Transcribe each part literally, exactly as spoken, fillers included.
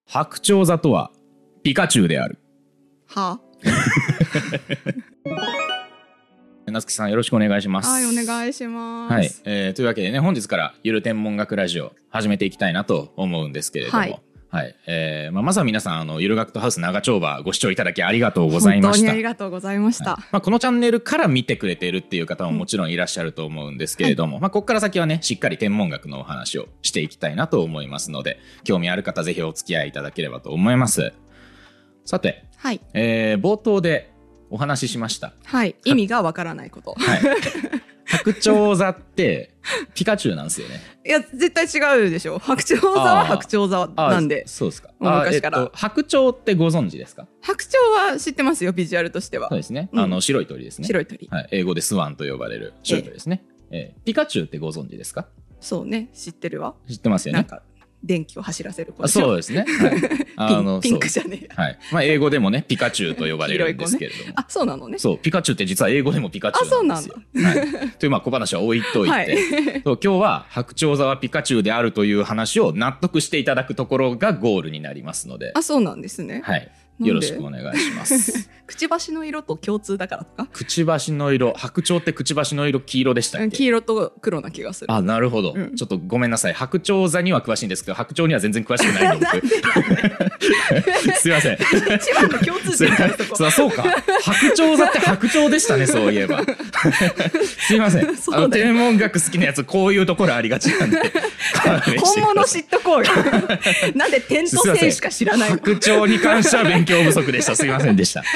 白鳥座とはピカチュウである。 はなつきさんよろしくお願いします。 はい、お願いします。 はい、えー、というわけでね、本日からゆる天文学ラジオ始めていきたいなと思うんですけれども、はいはい、えーまあ、まずは皆さんあのゆる学徒ハウス長丁場ご視聴いただきありがとうございました。 本当にありがとうございました。 はい、まあ、このチャンネルから見てくれているっていう方ももちろんいらっしゃると思うんですけれども、うん、まあ、ここから先はねしっかり天文学のお話をしていきたいなと思いますので、興味ある方ぜひお付き合いいただければと思います。さて、はい、えー、冒頭でお話ししました、 はい、意味がわからないこと、はい、 白鳥座ってピカチュウなんですよね。 いや絶対違うでしょ。白鳥座は白鳥座なんで。 そうですか。 昔から、えっと、 白鳥ってご存知ですか？ 白鳥は知ってますよ、ビジュアルとしては。 そうですね、うん、あの白い鳥ですね。 白い鳥、 はい、英語でスワンと呼ばれる白い鳥ですね、えええー、ピカチュウってご存知ですか？ そうね、知ってるわ。 知ってますよね。 なんか電気を走らせる子でしょ。 そうですね、はい、 あのピンクじゃねえや、 はい、まあ、英語でもねピカチュウと呼ばれるんですけれども、ね、 あ、そうなのね。 そう、ピカチュウって実は英語でもピカチュウなんですよ。あ、そうなんだ、はい、というまあ小話は置いといて、はい、今日は白鳥座はピカチュウであるという話を納得していただくところがゴールになりますので。 あ、そうなんですね。 はい、よろしくお願いしますくちばしの色と共通だからとか。 くちばしの色、白鳥ってくちばしの色黄色でしたっけ？ 黄色と黒な気がする。 あ、なるほど、うん、ちょっとごめんなさい。白鳥座には詳しいんですけど白鳥には全然詳しくないの僕すいません。 一番の共通点だとこ。 そう、そうか、白鳥座って白鳥でしたねそういえばすいません、あの天文学好きなやつこういうところありがちなんで本物知っとこうよなんで点と線しか知らないの？ 白鳥に関しては勉強不足でした。すいませんでした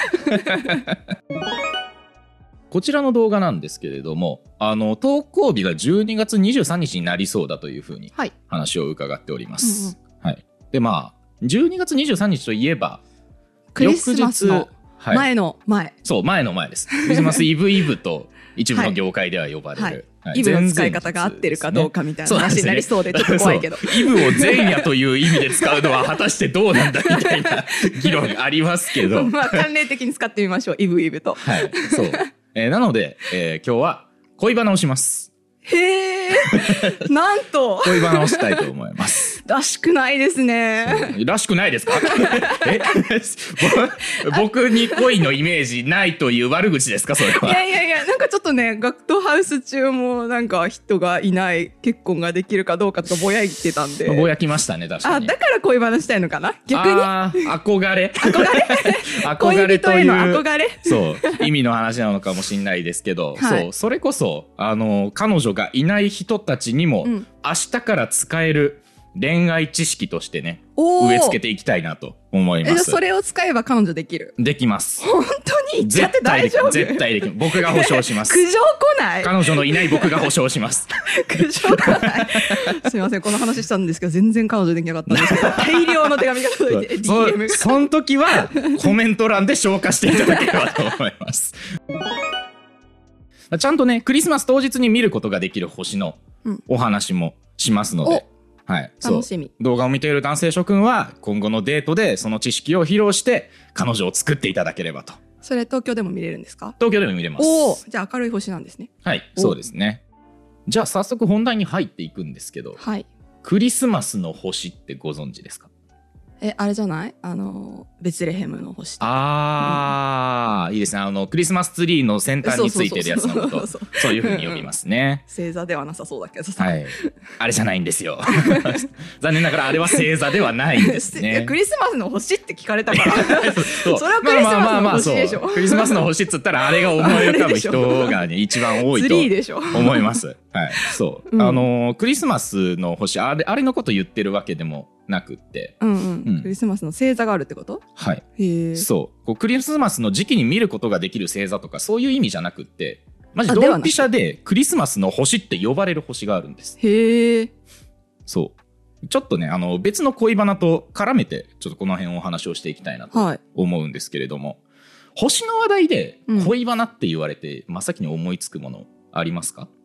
こちらの動画なんですけれども、あの投稿日がじゅうにがつにじゅうさんにちになりそうだというふうに話を伺っております、はい、うんうん、はい、でまあじゅうにがつにじゅうさんにちといえばクリスマスの前の前、はい、 そう前の前です。クリスマスイブイブと一部の業界では呼ばれる、はいはい、イブの使い方が合ってるかどうかみたいな話になりそうでちょっと怖いけど、 イブを前夜という意味で使うのは果たしてどうなんだみたいな議論ありますけどまあ慣例的に使ってみましょう、イブイブと。 はい、そう、えー、なので、えー、今日は恋バナをします。 へーなんと恋バナをしたいと思いますらしくないですね。 らしくないですかえ僕に恋のイメージないという悪口ですかそれは。 いやいやいや、なんかちょっとね、学徒ハウス中もなんか人がいない、結婚ができるかどうかとぼやいてたんで。 ぼやきましたね、確かに。 あ、だから恋バナしたいのかな逆に。 あ、憧れ憧れ憧れという恋人への憧れそう意味の話なのかもしれないですけど、はい、そう、それこそあの彼女がいない人たちにも、うん、明日から使える恋愛知識としてね植え付けていきたいなと思います。 え、それを使えば彼女できる？ できます。 本当に言っちゃって大丈夫？ 絶対できる。僕が保証します苦情来ない？ 彼女のいない僕が保証します苦情来ないすいません、この話したんですけど全然彼女できなかったんですけど大量の手紙が届いて ディーエム が そ, その時はコメント欄で消化していただければと思いますちゃんとねクリスマス当日に見ることができる星のお話もしますので、うん、はい、 楽しみ。 動画を見ている男性諸君は今後のデートでその知識を披露して彼女を作っていただければと。 それ東京でも見れるんですか？ 東京でも見れます。 おー、じゃあ明るい星なんですね。 はい、そうですね。じゃあ早速本題に入っていくんですけど、 はい、 クリスマスの星ってご存知ですか？ え、あれじゃない？あのベツレヘムの星。 あー、うん、いいですね。あのクリスマスツリーの先端についてるやつのことそういう風に呼びますね。 星座ではなさそうだけどさ、 はい、あれじゃないんですよ残念ながらあれは星座ではないんですねクリスマスの星って聞かれたからそ, それはクリスマスの星でしょ。 クリスマスの星っつったらあれが思い浮かぶ人が、ね、一番多いと思いますはい、そう、うん、あのクリスマスの星あれ、あれのこと言ってるわけでもなくって、 うんうんうん、クリスマスの星座があるってこと？ はい、 へそうこうクリスマスの時期に見ることができる星座とかそういう意味じゃなくってマジドンピシャでクリスマスの星って呼ばれる星があるんです。 へー、 そうちょっとねあの別の恋バナと絡めてちょっとこの辺お話をしていきたいなと思うんですけれども、はい、星の話題で恋バナって言われて、うん、真っ先に思いつくものありますか？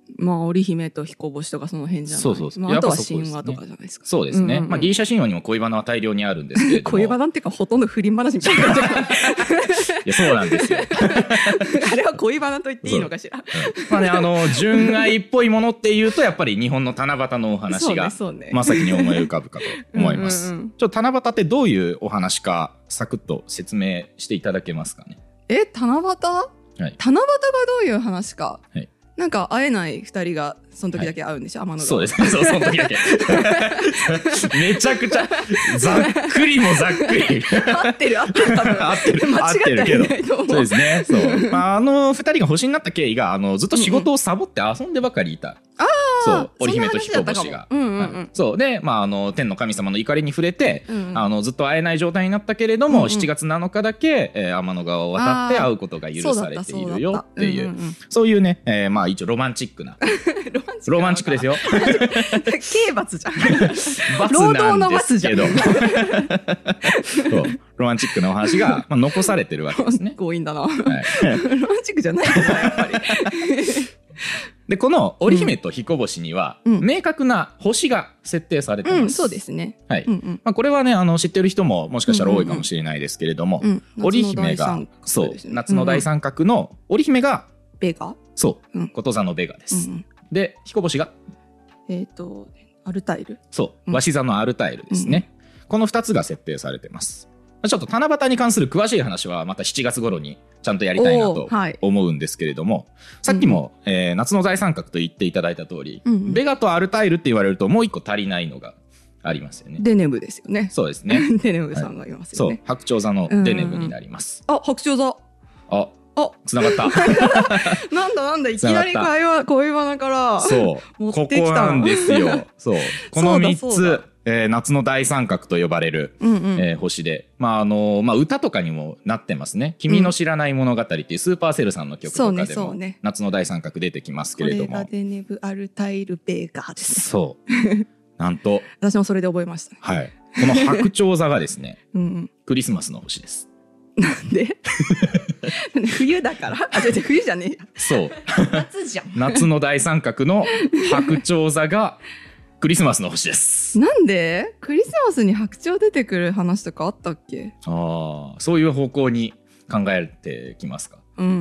まあ織姫と彦星とかその辺じゃない。 そうそうそう、 まあ、あとはやっぱそこですね神話とかじゃないですか。 そうですね、 うんうんうんまあ、ギリシャ神話にも恋バナは大量にあるんですけれども恋バナっていうかほとんど不倫話みたいな感じ。 いやそうなんですよあれは恋バナと言っていいのかしら。 うんまあね、あの純愛っぽいものっていうとやっぱり日本の七夕のお話がそうねそうね真っ先に思い浮かぶかと思いますうんうんうんちょっと七夕ってどういうお話かサクッと説明していただけますかね。 え、七夕、 はい、 七夕がどういう話か、 はい、 なんか会えない二人がその時だけ会うんでしょ、はい、天の川。 そうですそうその時だけめちゃくちゃざっくりもざっくり合ってる合ってる多分合ってる間違ってはいないと思う。 そうですねそう、まあ、あの二人が星になった経緯があのずっと仕事をサボって遊んでばかりいた、うんうんそう織姫と彦星が、 うんうんうんはい、 そうで、まあ、あの天の神様の怒りに触れて、うんうん、あのずっと会えない状態になったけれども、うんうん、しちがつなのかだけ、えー、天の川を渡って会うことが許されているよっていう、うんうんうん、そういうね、えー、まあ一応ロマンチックなロマンチックですよ刑罰じゃん罰なんですけどそうロマンチックなお話が、まあ、残されてるわけですね。 強引だな、はい、ロマンチックじゃないですかやっぱりでこの織姫と彦星には、うん、明確な星が設定されてます、 うん、そうですね、 はいうんうんまあ、これはねあの知ってる人ももしかしたら多いかもしれないですけれども、うんうんうん、織姫がそう夏の大三角の織姫がベガそう、うん、こと座のベガです、うんうん、で彦星がえっ、ー、とアルタイルそう鷲座のアルタイルですね、うん、このふたつが設定されてます。ちょっと七夕に関する詳しい話はまたしちがつ頃にちゃんとやりたいなと思うんですけれども、はい、さっきも、うんえー、夏の大三角と言っていただいた通り、うんうん、ベガとアルタイルって言われるともう一個足りないのがありますよね。 デネブですよね。 そうですねデネブさんがいますよね、 はい、そう白鳥座のデネブになります、 うんうん、あ白鳥座ああつながったなんだなんだいきなり会話恋バナからそう持ってきたここなんですよそうこのみっつえー、夏の大三角と呼ばれる、うんうんえー、星で、まああのーまあ、歌とかにもなってますね。君の知らない物語っていうスーパーセルさんの曲とかでも、ねね、夏の大三角出てきますけれども、 これがデネブアルタイルベーガーですね。 そうなんと私もそれで覚えました、ね、 はい、この白鳥座がですねうん、うん、 クリスマスの星です。 なんで冬だからあ違う違う冬じゃねえやそう夏じゃん夏の大三角の白鳥座がクリスマスの星です。 なんでクリスマスに白鳥出てくる話とかあったっけ。 ああそういう方向に考えてきますか。うん、うん、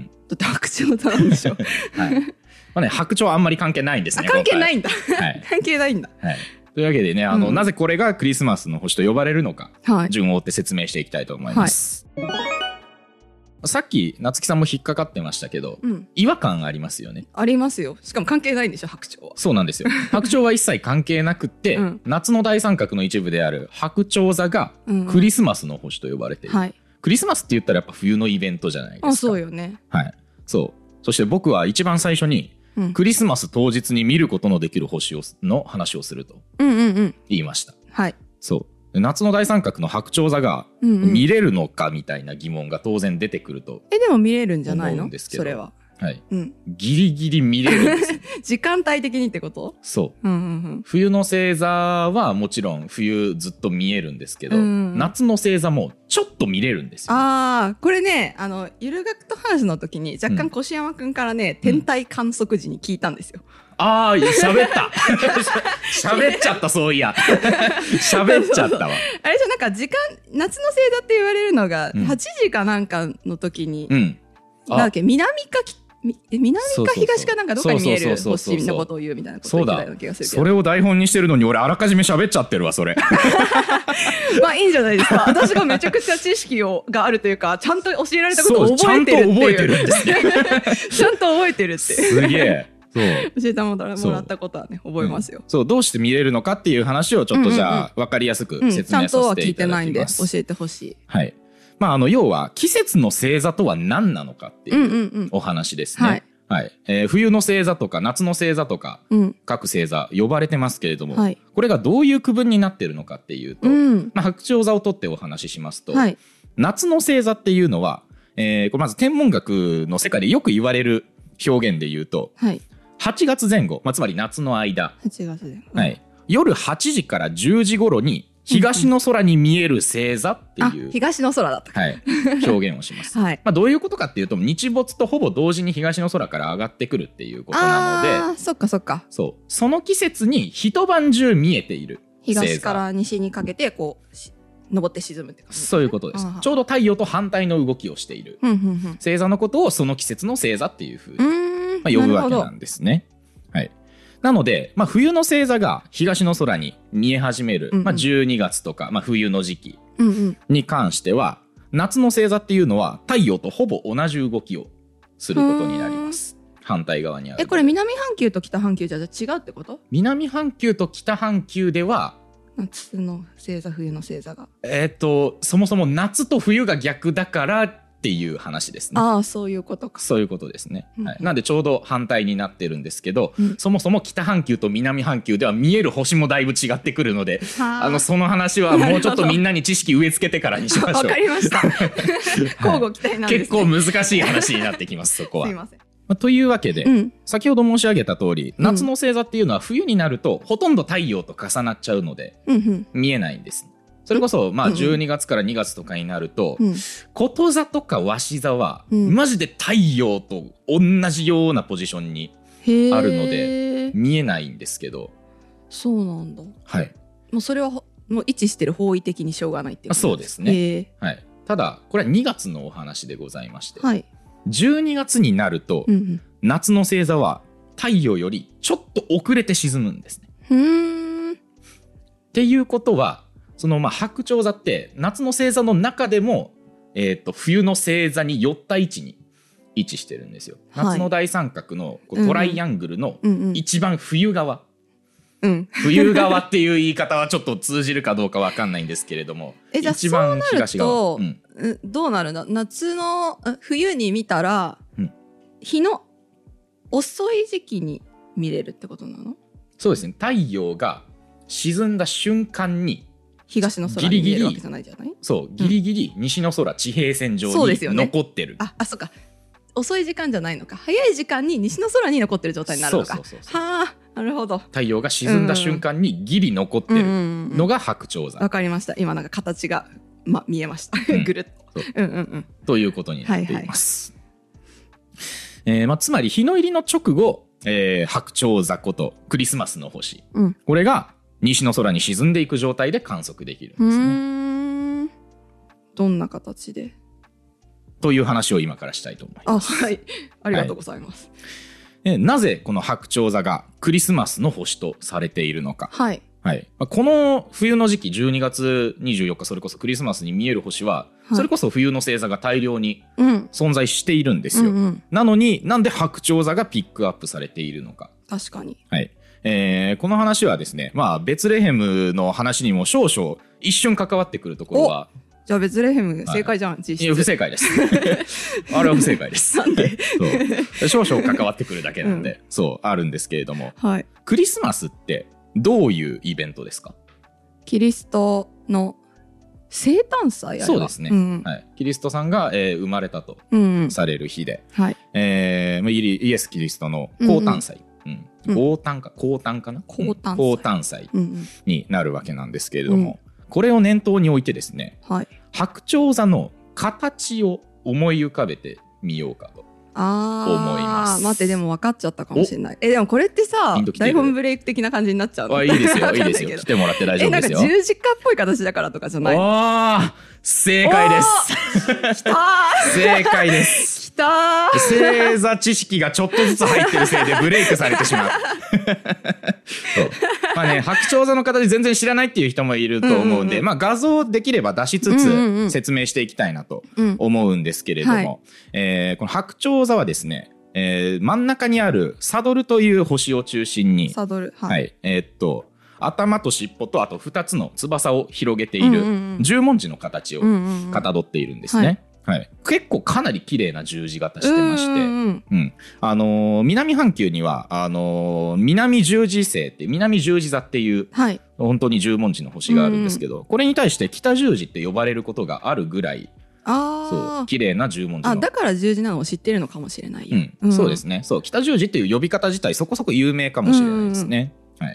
だって白鳥座なんでしょはいまあね、白鳥あんまり関係ないんですね。 関係ないんだ、はい、関係ないんだ、 はい、というわけでねあの、うん、なぜこれがクリスマスの星と呼ばれるのか、はい、順を追って説明していきたいと思います、はいさっき夏木さんも引っかかってましたけど、うん、違和感ありますよね。 ありますよ。しかも関係ないんでしょ白鳥は。 そうなんですよ白鳥は一切関係なくって、うん、夏の大三角の一部である白鳥座がクリスマスの星と呼ばれている、うんはい、クリスマスって言ったらやっぱ冬のイベントじゃないですか。 あそうよね、 はい、そうそして僕は一番最初に、うん、クリスマス当日に見ることのできる星をの話をすると言いました、うんうんうん、はいそう夏の大三角の白鳥座が見れるのかみたいな疑問が当然出てくると思うんですけど、 えでも見れるんじゃないのそれは、 はいうん、ギリギリ見れるんです時間帯的にってこと。 そう、うんうんうん、冬の星座はもちろん冬ずっと見えるんですけど、うんうん、夏の星座もちょっと見れるんですよ。 あーこれねあのゆる学と話の時に若干越山くんからね、うん、天体観測時に聞いたんですよ、うんあー喋った喋っちゃったそういや喋っちゃったわ。 あれじゃなんか時間夏の星座って言われるのがはちじかなんかの時に、うん、なんだっけ南か南か東かなんかどっかに見える星のことを言うみたいなことを言ってたような気がするけど、 それを台本にしてるのに俺あらかじめ喋っちゃってるわそれまあいいんじゃないですか。私がめちゃくちゃ知識をがあるというかちゃんと教えられたことを覚えてるっていう。ちゃんと覚えてるんですねちゃんと覚えてるってすげえそう教えてもらったことはね覚えますよ。 そう、うん、どうして見れるのかっていう話をちょっとじゃあ、うんうんうん、分かりやすく説明させていただきます、うん、ちゃんとは聞いてないんで教えてほしい。 はいまあ、あの要は季節の星座とは何なのかっていうお話ですね、うんうんうんはいはいえー、冬の星座とか夏の星座とか、うん、各星座呼ばれてますけれども、はい、これがどういう区分になってるのかっていうと、うんまあ、白鳥座をとってお話ししますと、はい、夏の星座っていうのは、えー、これまず天文学の世界でよく言われる表現で言うと、はい、はちがつぜん後、まあ、つまり夏の間、 はちがつぜん後、 はい、夜はちじからじゅうじ頃に東の空に見える星座っていう、 東の空だったか、 はい、表現をします、はいまあ、どういうことかっていうと日没とほぼ同時に東の空から上がってくるっていうことなのであそっかそっかそうその季節に一晩中見えている星座東から西にかけてこう昇って沈むって感じですね、 そういうことです。ちょうど太陽と反対の動きをしている星座のことをその季節の星座っていうふうに、まあ、呼ぶわけなんですね。はい、なので、まあ、冬の星座が東の空に見え始める、うんうんまあ、じゅうにがつとか、まあ、冬の時期に関しては、うんうん、夏の星座っていうのは太陽とほぼ同じ動きをすることになります。反対側にある。 えこれ南半球と北半球じゃ違うってこと？ 南半球と北半球では夏の星座冬の星座がえー、っとそもそも夏と冬が逆だからっていう話ですね。 ああそういうことか。 そういうことですね、うんはい、なんでちょうど反対になってるんですけど、うん、そもそも北半球と南半球では見える星もだいぶ違ってくるのであのその話はもうちょっとみんなに知識植え付けてからにしましょう。わかりました交互期待なんです、ね、 結構難しい話になってきますそこは。 すいません。 まあ、というわけで、うん、先ほど申し上げた通り夏の星座っていうのは冬になるとほとんど太陽と重なっちゃうので、うん、見えないんです。それこそまあじゅうにがつからにがつとかになると、うん、こと座とか鷲座は、うん、マジで太陽と同じようなポジションにあるので見えないんですけど。 そうなんだ。 はい。 もうそれはもう位置してる方位的にしょうがないっていうことですか？ そうですね、はい、ただこれはにがつのお話でございまして、 はいじゅうにがつになると、うんうん、夏の星座は太陽よりちょっと遅れて沈むんですね。 うーんっていうことはそのまあ白鳥座って夏の星座の中でも、えー、と冬の星座に寄った位置に位置してるんですよ。はい、夏の大三角のこうトライアングルの一番冬側、 うんうん、 冬側っていう言い方はちょっと通じるかどうか分かんないんですけれどもえじゃあ一番東側そうなると、うん、どうなるんだ夏の冬に見たら、うん、日の遅い時期に見れるってことなの？ そうですね。太陽が沈んだ瞬間に東の空に見えるわけじゃないじゃない？ そうギリギリ西の空、うん、地平線上に残ってる、 ね、ああそうか遅い時間じゃないのか早い時間に西の空に残ってる状態になるのか。そうそうそうそうはあなるほど。 太陽が沈んだ瞬間にギリ残ってるのが白鳥座。 わかりました。今なんか形が、ま、見えました、うん、ぐるっと、うんうんうん、 ということになっています、はいはいえーまあ、つまり日の入りの直後、えー、白鳥座ことクリスマスの星、うん、これが西の空に沈んでいく状態で観測できるんですね。うーんどんな形でという話を今からしたいと思います。 あ、はい、ありがとうございます、 はい、なぜこの白鳥座がクリスマスの星とされているのか、 はいはい、この冬の時期じゅうにがつにじゅうよっかそれこそクリスマスに見える星は、はい、それこそ冬の星座が大量に存在しているんですよ、うんうんうん、なのになんで白鳥座がピックアップされているのか。 確かに、 はいえー、この話はですね、まあ、ベツレヘムの話にも少々一瞬関わってくるところはじゃあベツレヘム正解じゃん、はい、実質。いや不正解ですあれは不正解ですなんでそう少々関わってくるだけなんで、うん、そうあるんですけれども、 はい、 クリスマスってどういうイベントですか？ キリストの生誕祭。 そうですね、うんはい、キリストさんが、えー、生まれたとされる日で、 うんはいえー、イエス・キリストの降誕祭、うんうん、降誕か降誕かな降誕祭、 降誕祭になるわけなんですけれども、うん、これを念頭に置いてですね、 はい、 白鳥座の形を思い浮かべてみようかと思います。 待ってでも分かっちゃったかもしれない。えでもこれってさ台本ブレイク的な感じになっちゃうの？ あいいですよいいですよ来てもらって大丈夫ですよ。 えなんか十字架っぽい形だからとかじゃない？ あ正解ですきた正解ですきた星座知識がちょっとずつ入ってるせいでブレイクされてしまうそうまあね白鳥座の形全然知らないっていう人もいると思うんで、うんうんうんまあ、画像できれば出しつつ説明していきたいなと思うんですけれども、うんはいえー、この白鳥座はですね、えー、真ん中にあるサドルという星を中心にサドル、はいはい、えー、っと頭と尻尾とあとふたつの翼を広げている十文字の形をかたどっているんですね、はいはい、結構かなり綺麗な十字型してまして、うんうんあのー、南半球にはあのー、南十字星って南十字座っていう、はい、本当に十文字の星があるんですけど、うん、これに対して北十字って呼ばれることがあるぐらいあそう綺麗な十文字のあだから十字なのを知ってるのかもしれないよ、 うんうん、そうですねそう北十字っていう呼び方自体そこそこ有名かもしれないですね、はい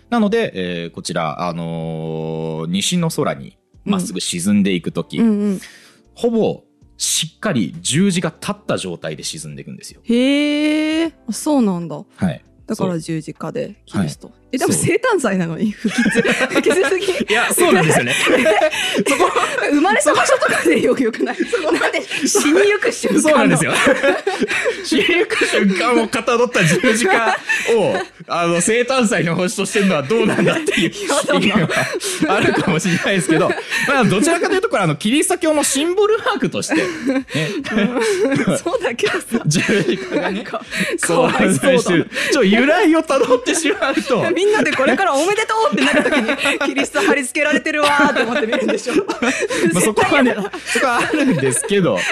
なので、えー、こちら、あのー、西の空にまっすぐ沈んでいくとき、うんうんうん、ほぼしっかり十字が立った状態で沈んでいくんですよ。 へえ、そうなんだ。 はい。 だから十字架でキリスト、はい、えでも生誕祭なのに不吉不吉すぎいやそうなんですよねそこ生まれた場所とかでよくよくないそこなんで死にゆく瞬間のそうなんですよ死にゆく瞬間をかたどった十字架をあの生誕祭の星としてるのはどうなんだっていう意見はあるかもしれないですけど、まあ、どちらかというとこれあのキリスト教のシンボルマークとして、ねうん、そうだけどさ十字架がねかわいそうだちょ由来をたどってしまうとみんなでこれからおめでとうってなるときにキリスト貼り付けられてるわーって思って見るんでしょまあそこはねそこはあるんですけど、はい、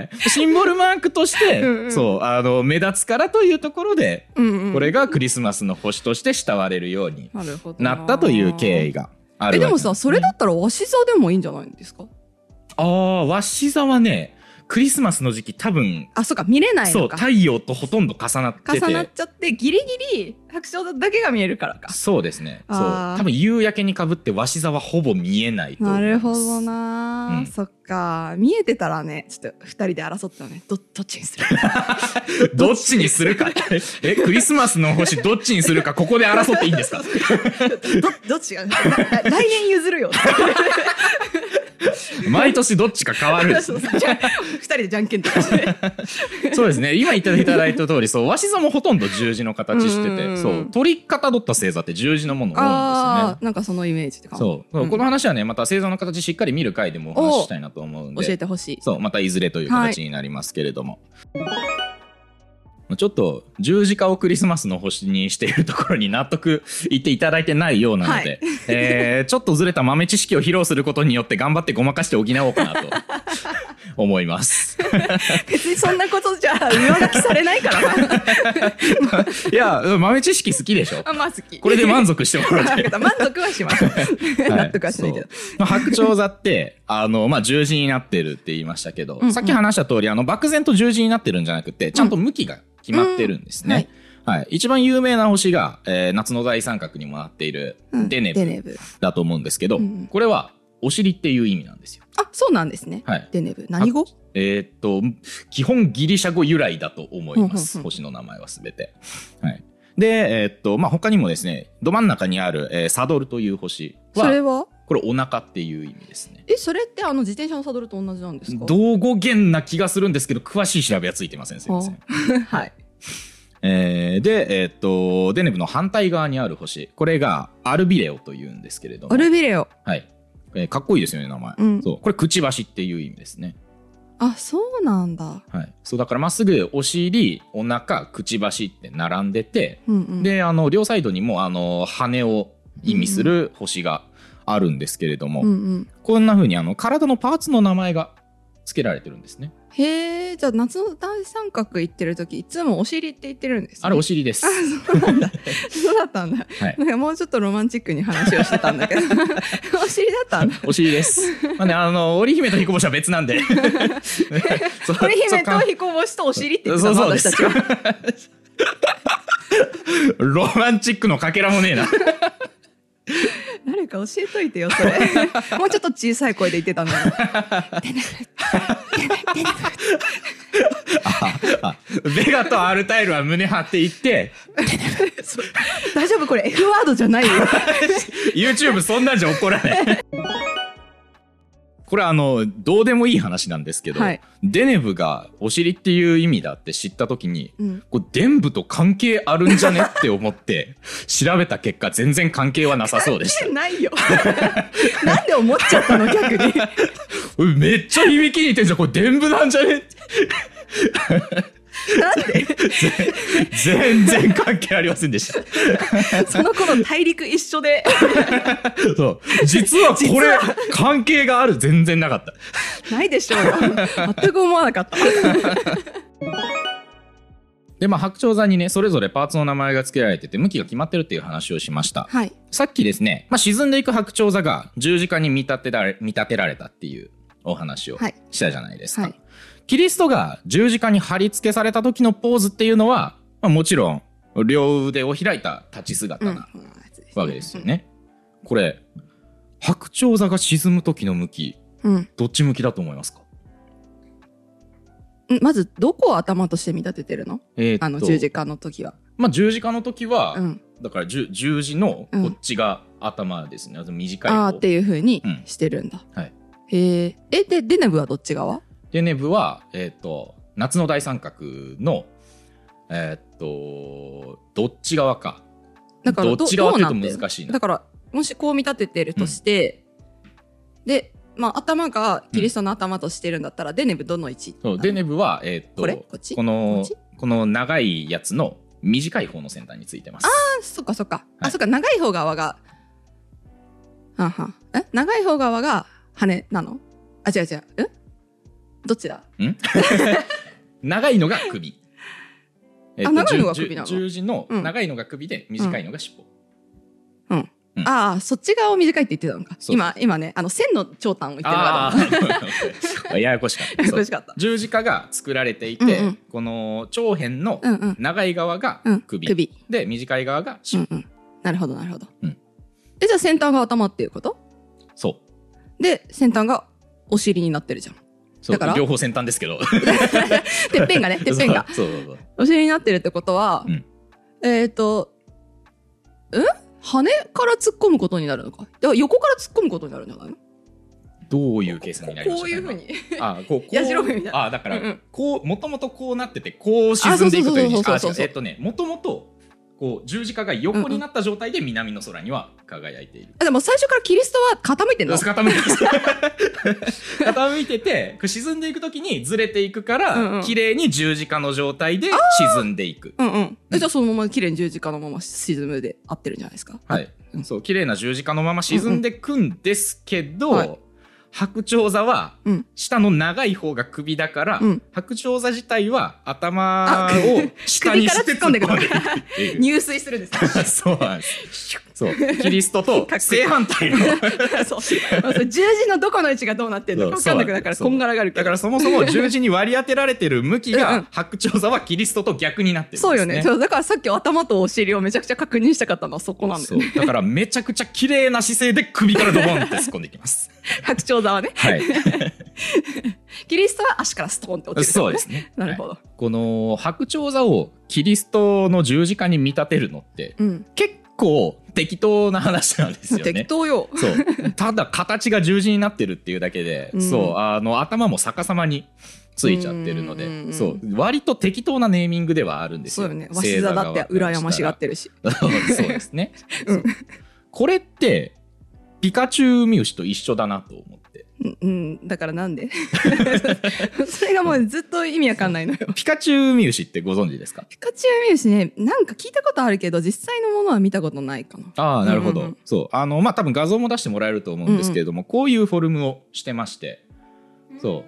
シンボルマークとしてうん、うん、そうあの目立つからというところで、うんうん、これがクリスマスの星として慕われるようになったという経緯があるわけです、ね、 えでもさそれだったら鷲座でもいいんじゃないんですか？ ああ鷲座はねクリスマスの時期多分あそうか見れないのかそう太陽とほとんど重なってて重なっちゃってギリギリ白鳥座だけが見えるからかそうですねそう多分夕焼けにかぶって鷲座はほぼ見えないと思います。 なるほどな、うん、そっか見えてたらねちょっとふたりで争ってたね ど, どっちにするどっちにするかえクリスマスの星どっちにするかここで争っていいんですかど, どっちが来年譲るよ毎年どっちか変わるんです、ね、 ふたりでじゃんけんとかしてそうですね今言っていただいた通りそう鷲座もほとんど十字の形しててそう鳥りかたどった星座って十字のもの多いんですよね。あなんかそのイメージとかそう、うん、この話はねまた星座の形しっかり見る回でもお話ししたいなと思うんで教えてほしい。 そうまたいずれという形になりますけれども、はい、ちょっと十字架をクリスマスの星にしているところに納得いっていただいてないようなので、はいえー、ちょっとずれた豆知識を披露することによって頑張ってごまかして補おうかなと思います別にそんなことじゃ上書きされないからいや豆知識好きでしょ。 あ、まあ、好きこれで満足してもらって満足はします、はい、納得はしないけど、 まあ、白鳥座ってあの、まあ、十字になってるって言いましたけど、うんうん、さっき話した通りあの漠然と十字になってるんじゃなくてちゃんと向きが決まってるんですね、うんはいはい、一番有名な星が、えー、夏の大三角にもなっているデネブ、うん、デネブだと思うんですけど、うん、これはお尻っていう意味なんですよ。 あ、そうなんですね、はい、デネブ何語？ えー、っと基本ギリシャ語由来だと思います、うんうんうん、星の名前はすべて、はい、で、えーっとまあ、他にもですねど真ん中にある、えー、サドルという星はそれはこれお腹っていう意味ですね。 えそれってあの自転車のサドルと同じなんですか？ 同語源な気がするんですけど詳しい調べはついてません。すいませんはいえー、で、えー、っとデネブの反対側にある星これがアルビレオというんですけれどもアルビレオはい、えー、かっこいいですよね名前、うん、そうこれくちばしっていう意味ですね。 あ、そうなんだ、 はい、そうだからまっすぐお尻お腹くちばしって並んでて、うんうん、であの両サイドにもあの羽を意味する星があるんですけれども、うんうん、こんな風にあの体のパーツの名前が付けられてるんですね。 へえ、じゃあ夏の大三角行ってる時いつもお尻って言ってるんですね。 あれお尻です。 あ、そうなんだそうだったんだ、はい、なんかもうちょっとロマンチックに話をしてたんだけどお尻だったんだ。 お尻です、まあね、あの織姫と彦星は別なんで織姫と彦星とお尻って言ってたの私たちはロマンチックのかけらもねえな誰か教えといてよそれもうちょっと小さい声で言ってたのにデネブデネブデネブああベガとアルタイルは胸張っていってデネブ大丈夫これ F ワードじゃないよ YouTube そんなんじゃ怒らないこれあのどうでもいい話なんですけど、はい、デネブがお尻っていう意味だって知った時に、うん、これ伝部と関係あるんじゃねって思って調べた結果全然関係はなさそうでした。 関係ないよなんで思っちゃったの逆にめっちゃ響きに似てんじゃんこれ伝部なんじゃねなんで全然関係ありませんでしたその頃大陸一緒でそう実はこれ関係がある全然なかったないでしょうよ全く思わなかったで、まあ、白鳥座にねそれぞれパーツの名前が付けられてて向きが決まってるっていう話をしました、はい、さっきですね、まあ、沈んでいく白鳥座が十字架に見立てられ、見立てられたっていうお話をしたじゃないですか、はいはい、キリストが十字架に貼り付けされた時のポーズっていうのは、まあ、もちろん両腕を開いた立ち姿なわけですよね、うん、これ白鳥座が沈む時の向き、うん、どっち向きだと思いますか？ まずどこを頭として見立ててるの？えー、あの十字架の時は、 まあ、十字架の時は、うん、だから十字のこっちが頭ですね、うん、短い方あっていう風にしてるんだ、うん、はい、へえ。えでデネブはどっち側？ デネブは、えー、と夏の大三角のえっ、ー、とどっち側か。だからどっち側って言うと難しいな。 だからもしこう見立ててるとして、うん、でまあ、頭がキリストの頭としてるんだったら、うん、デネブどの位置？ そうデネブは、えー、っとこれこっちこのこの長いやつの短い方の先端についてます。 ああそっかそっか、はい、あそっか長い方側がははえ長い方側が羽なの？あ違う違うえどっちだ？ん長いのが首、 えー、あ長いのが首なの？ 十字の長いのが首で短いのが尻尾、 うん、うんうん、ああそっち側を短いって言ってたのか。そうそう今今ねあの線の長短を言ってるからややこしかったややこしかった十字架が作られていて、うんうん、この長辺の長い側が首、うん、首で短い側が尻尾、うんうん、 なるほどなるほど、うん、でじゃあ先端が頭っていうこと？ そうで先端がお尻になってるじゃん。 だから両方先端ですけどてっぺんがねてっぺんがそうそうそうお尻になってるってことは、うん、えっ、ー、とうん羽から突っ込むことになるのか。だから横から突っ込むことになるんじゃないの？ どういうケースになりましたか？こういうふうにあこうこうやじろべみたいな。あだから、うんうん、こうもともとこうなっててこう沈んでいくという意味。あえっとねもともとこう十字架が横になった状態で南の空には輝いている、うんうん、 あでも最初からキリストは傾いてんの？ 傾いて傾いてて沈んでいくときにずれていくから、うんうん、綺麗に十字架の状態で沈んでいく、 うんうん、じゃあそのまま綺麗に十字架のまま沈むで合ってるんじゃないですか？ はい、うん、そう綺麗な十字架のまま沈んでいくんですけど、うんうんはい、白鳥座は下の長い方が首だから、うん、白鳥座自体は頭を下にして突っ込んでいく入水するんですか？ そうなんですそうキリストと正反対のそう十字のどこの位置がどうなってるのか分かんなくだからこんがらがるけどだからそもそも十字に割り当てられてる向きがうん、白鳥座はキリストと逆になってるんですね。 そうよね。そうだからさっき頭とお尻をめちゃくちゃ確認したかったのはそこなんだよね。 そうだからめちゃくちゃ綺麗な姿勢で首からドボンって突っ込んでいきます白鳥座はね、はい、キリストは足からストーンって落ちる、ね、 そうですねなるほど、はい、 この白鳥座をキリストの十字架に見立てるのって、うん、結構適当な話なんですよね。 適当よ。 そうただ形が十字になってるっていうだけで、うん、そうあの頭も逆さまについちゃってるので、うんうんうん、そう割と適当なネーミングではあるんですよ。 そうよね。鷲座だって羨ましがってるしそうですね、うん、これってピカチュウウミウシと一緒だなと思って、 うん、だからなんでそれがもうずっと意味わかんないのよ。 ピカチュウウミウシってご存知ですか？ ピカチュウウミウシねなんか聞いたことあるけど実際のものは見たことないかな。 ああなるほど、うんうんうん、そうあのまあ多分画像も出してもらえると思うんですけれども、うんうん、こういうフォルムをしてましてそう、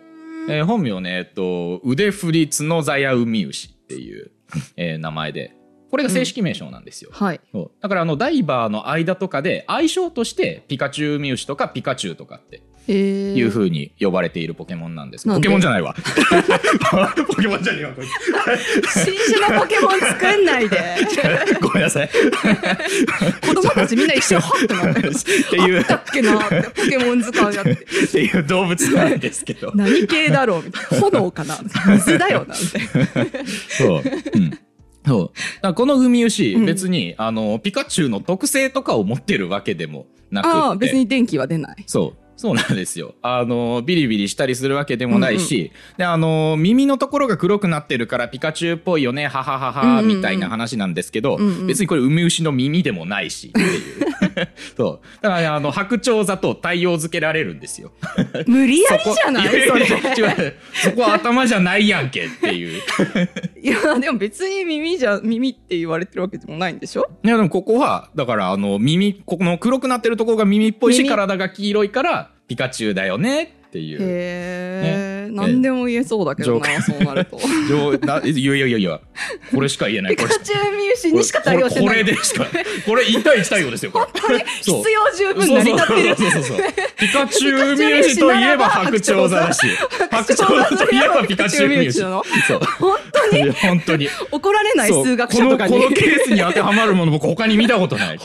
えー、本名ね、えっと、腕振りツノザヤウミウシっていう、えー、名前でこれが正式名称なんですよ、 うんはい、 そうだからあのダイバーの間とかで愛称としてピカチュウウミウシとかピカチュウとかっていう風に呼ばれているポケモンなんですけど、ポケモンじゃないわポケモンじゃねえわこれ新種のポケモン作んないでごめんなさい子供たちみんな一緒はってなってっていうあったっけなってポケモン図鑑やってっていう動物なんですけど何系だろうみたいな炎かな水だよなみたいなそう、うんそうだからこのウミウシ、うん、別にあのピカチュウの特性とかを持ってるわけでもなくってあ別に電気は出ないそうそうなんですよ。あのビリビリしたりするわけでもないし、うんうん、であの耳のところが黒くなってるからピカチュウっぽいよねはははは、うんうん、みたいな話なんですけど、うんうん、別にこれウミウシの耳でもないしっていうそうだから、ね、あの白鳥座と対応づけられるんですよ無理やりじゃないそれ違うそこは頭じゃないやんけっていういやでも別に耳じゃ耳って言われてるわけでもないんでしょ。 いやでもここはだからあの耳ここの黒くなってるところが耳っぽいし体が黄色いからピカチュウだよねっていう。 へー、ね、何でも言えそうだけどなそうなるといやいやいやいやこれしか言えない。 ピカチュウウミウシにしか対応してない。 これでしかこれいち対いち対応ですよこれ。 本当に必要十分成り立ってる。 そうそうそうそうピカチュウウミウシといえば白鳥座だし白鳥座といえばピカチュウウミウシ。そう本当に本当に怒られない数学者とかにこの、このケースに当てはまるもの僕他に見たことない。 本当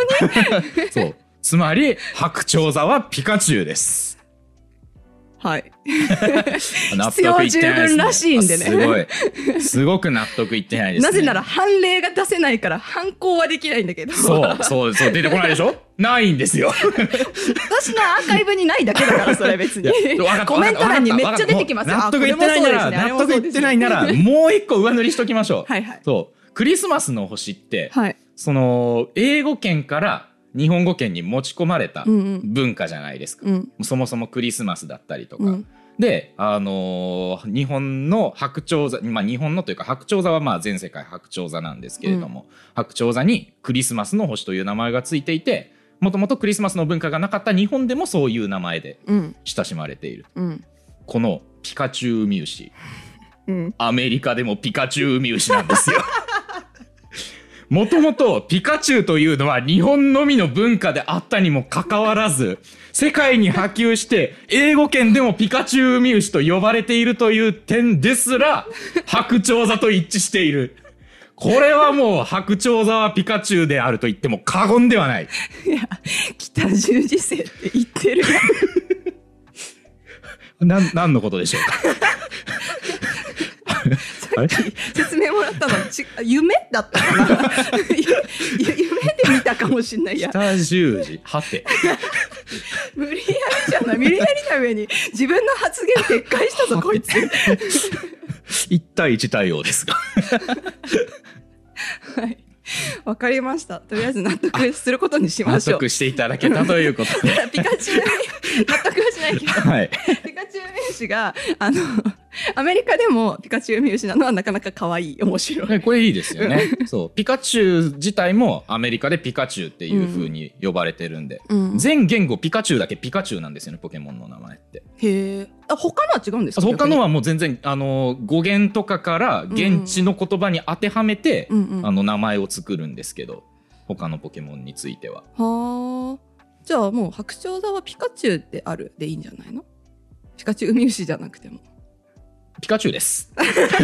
当にそう。つまり、白鳥座はピカチュウです。 はい。 納必要十分らしいんでね。 すごい。すごく納得いってないですね。 なぜなら判例が出せないから反抗はできないんだけど。 そう、そう、そう、出てこないでしょないんですよ。 私のアーカイブにないだけだから、それ別に。コメント欄にめっちゃ出てきますよ。 納得いってないなら、納得いってないなら、もう一個上塗りしときましょう。 はいはい。 そう。クリスマスの星って、 はい、 その、英語圏から日本語圏に持ち込まれた文化じゃないですか。 うんうん、 そもそもクリスマスだったりとか。 うんで、あのー、日本の白鳥座、まあ日本のというか白鳥座はまあ全世界白鳥座なんですけれども、うん、白鳥座にクリスマスの星という名前がついていて、もともとクリスマスの文化がなかった日本でもそういう名前で親しまれている。 うん、 このピカチュウウミウシ、 うん、 アメリカでもピカチュウウミウシなんですよ。もともとピカチュウというのは日本のみの文化であったにもかかわらず、世界に波及して英語圏でもピカチュウウミウシと呼ばれているという点ですら白鳥座と一致している。これはもう白鳥座はピカチュウであると言っても過言ではない。 いや、北十字星って言ってるやん。な何のことでしょうか。 さっき説明もらったのち夢だったかな。夢で見たかもしれないや。 北十字はて。 無理やりじゃない。無理やりな上に自分の発言撤回したぞこいつ。 一対一対応ですが。 はい。わかりました。とりあえず納得することにしましょう。 納得していただけたということで。 ピカチュウに納得はしないけど、 はい、 ピカチュウウミウシがあのアメリカでもピカチュウウミウシなのはなかなか可愛い、面白い。 これいいですよね。そう、ピカチュウ自体もアメリカでピカチュウっていう風に呼ばれてるんで、うん、全言語ピカチュウだけピカチュウなんですよね、ポケモンの名前って。 へえ。あ、他のは違うんですか？ 他のはもう全然あの語源とかから現地の言葉に当てはめて、うんうん、あの名前を作るんですけど、他のポケモンについては。 はあ。じゃあもう白鳥座はピカチュウであるでいいんじゃないの？ピカチュウウミウシじゃなくても。 ピカチュウです。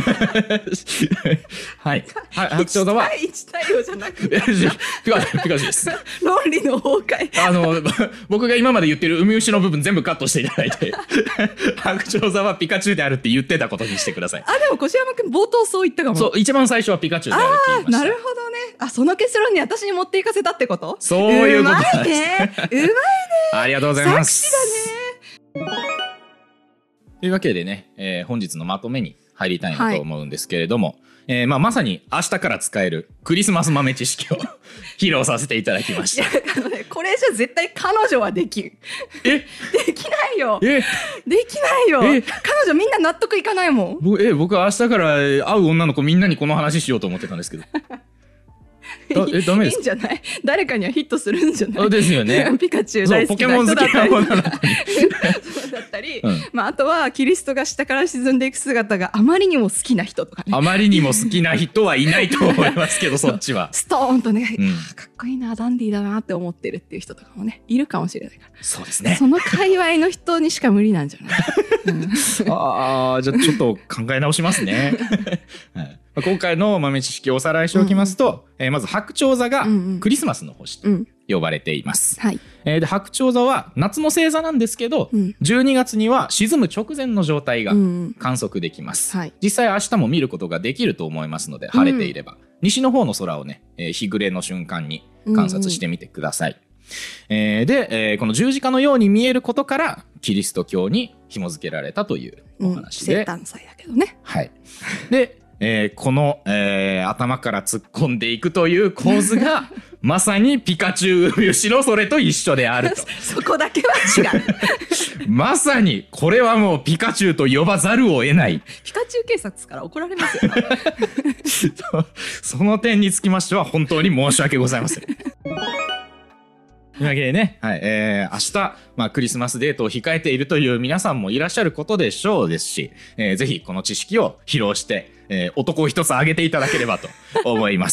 はい。白鳥座はいち対いち対応じゃなくてピカチュウです。 論理の崩壊。 あの僕が今まで言ってるウミウシの部分全部カットしていただいて、白鳥座はピカチュウであるって言ってたことにしてください。 あ、でも越山君冒頭そう言ったかも。 そう、一番最初はピカチュウであるって言いました。 あ、なるほどね。あ、その結論に私に持っていかせたってこと？ そういうことです。 うまいね。うまいね。 ありがとうございます。 作詞だね。 というわけでね、えー、本日のまとめに入りたいなと思うんですけれども、はい、えーまあ、まさに明日から使えるクリスマス豆知識を披露させていただきました。 いや、あのね、これじゃ絶対彼女はできん。 えできないよ。 えできないよ。彼女みんな納得いかないもん。 僕、え僕は明日から会う女の子みんなにこの話しようと思ってたんですけど。え、ダメですか？ いいんじゃない？誰かにはヒットするんじゃない？ あ、ですよね。 ピカチュウ大好きな人だったり。 ポケモン好きな女の子に。 そうだったり、うん、まあ、あとはキリストが下から沈んでいく姿があまりにも好きな人とかね。 あまりにも好きな人はいないと思いますけど、そっちは。 ストーンとね、うん、かっこいいな、ダンディーだなって思ってるっていう人とかもね、いるかもしれないから。 そうですね。 その界隈の人にしか無理なんじゃない？うん、 ああ、じゃあちょっと考え直しますね。はい、今回の豆知識をおさらいしておきますと、うん、えー、まず白鳥座がクリスマスの星と呼ばれています。 うん、はい。 えー、で白鳥座は夏の星座なんですけど、うん、じゅうにがつには沈む直前の状態が観測できます。うん、はい、実際明日も見ることができると思いますので、晴れていれば、うん、西の方の空をね、えー、日暮れの瞬間に観察してみてください。うんうん、えー、で、えー、この十字架のように見えることからキリスト教に紐付けられたというお話で、 うん、生誕祭だけどね。 はい。で、えー、この、えー、頭から突っ込んでいくという構図がまさにピカチュウウミウシのそれと一緒であると。 そこだけは違う。 まさにこれはもうピカチュウと呼ばざるを得ない。 ピカチュウ警察から怒られますよ。 その点につきましては本当に申し訳ございません。というわけでね、はい、えー、明日、まあ、クリスマスデートを控えているという皆さんもいらっしゃることでしょうですし、えー、ぜひこの知識を披露して、えー、男を一つ挙げていただければと思います。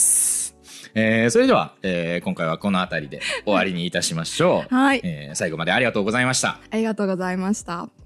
えー、それでは、えー、今回はこの辺りで終わりにいたしましょう。 はい、 えー、最後までありがとうございました。 ありがとうございました。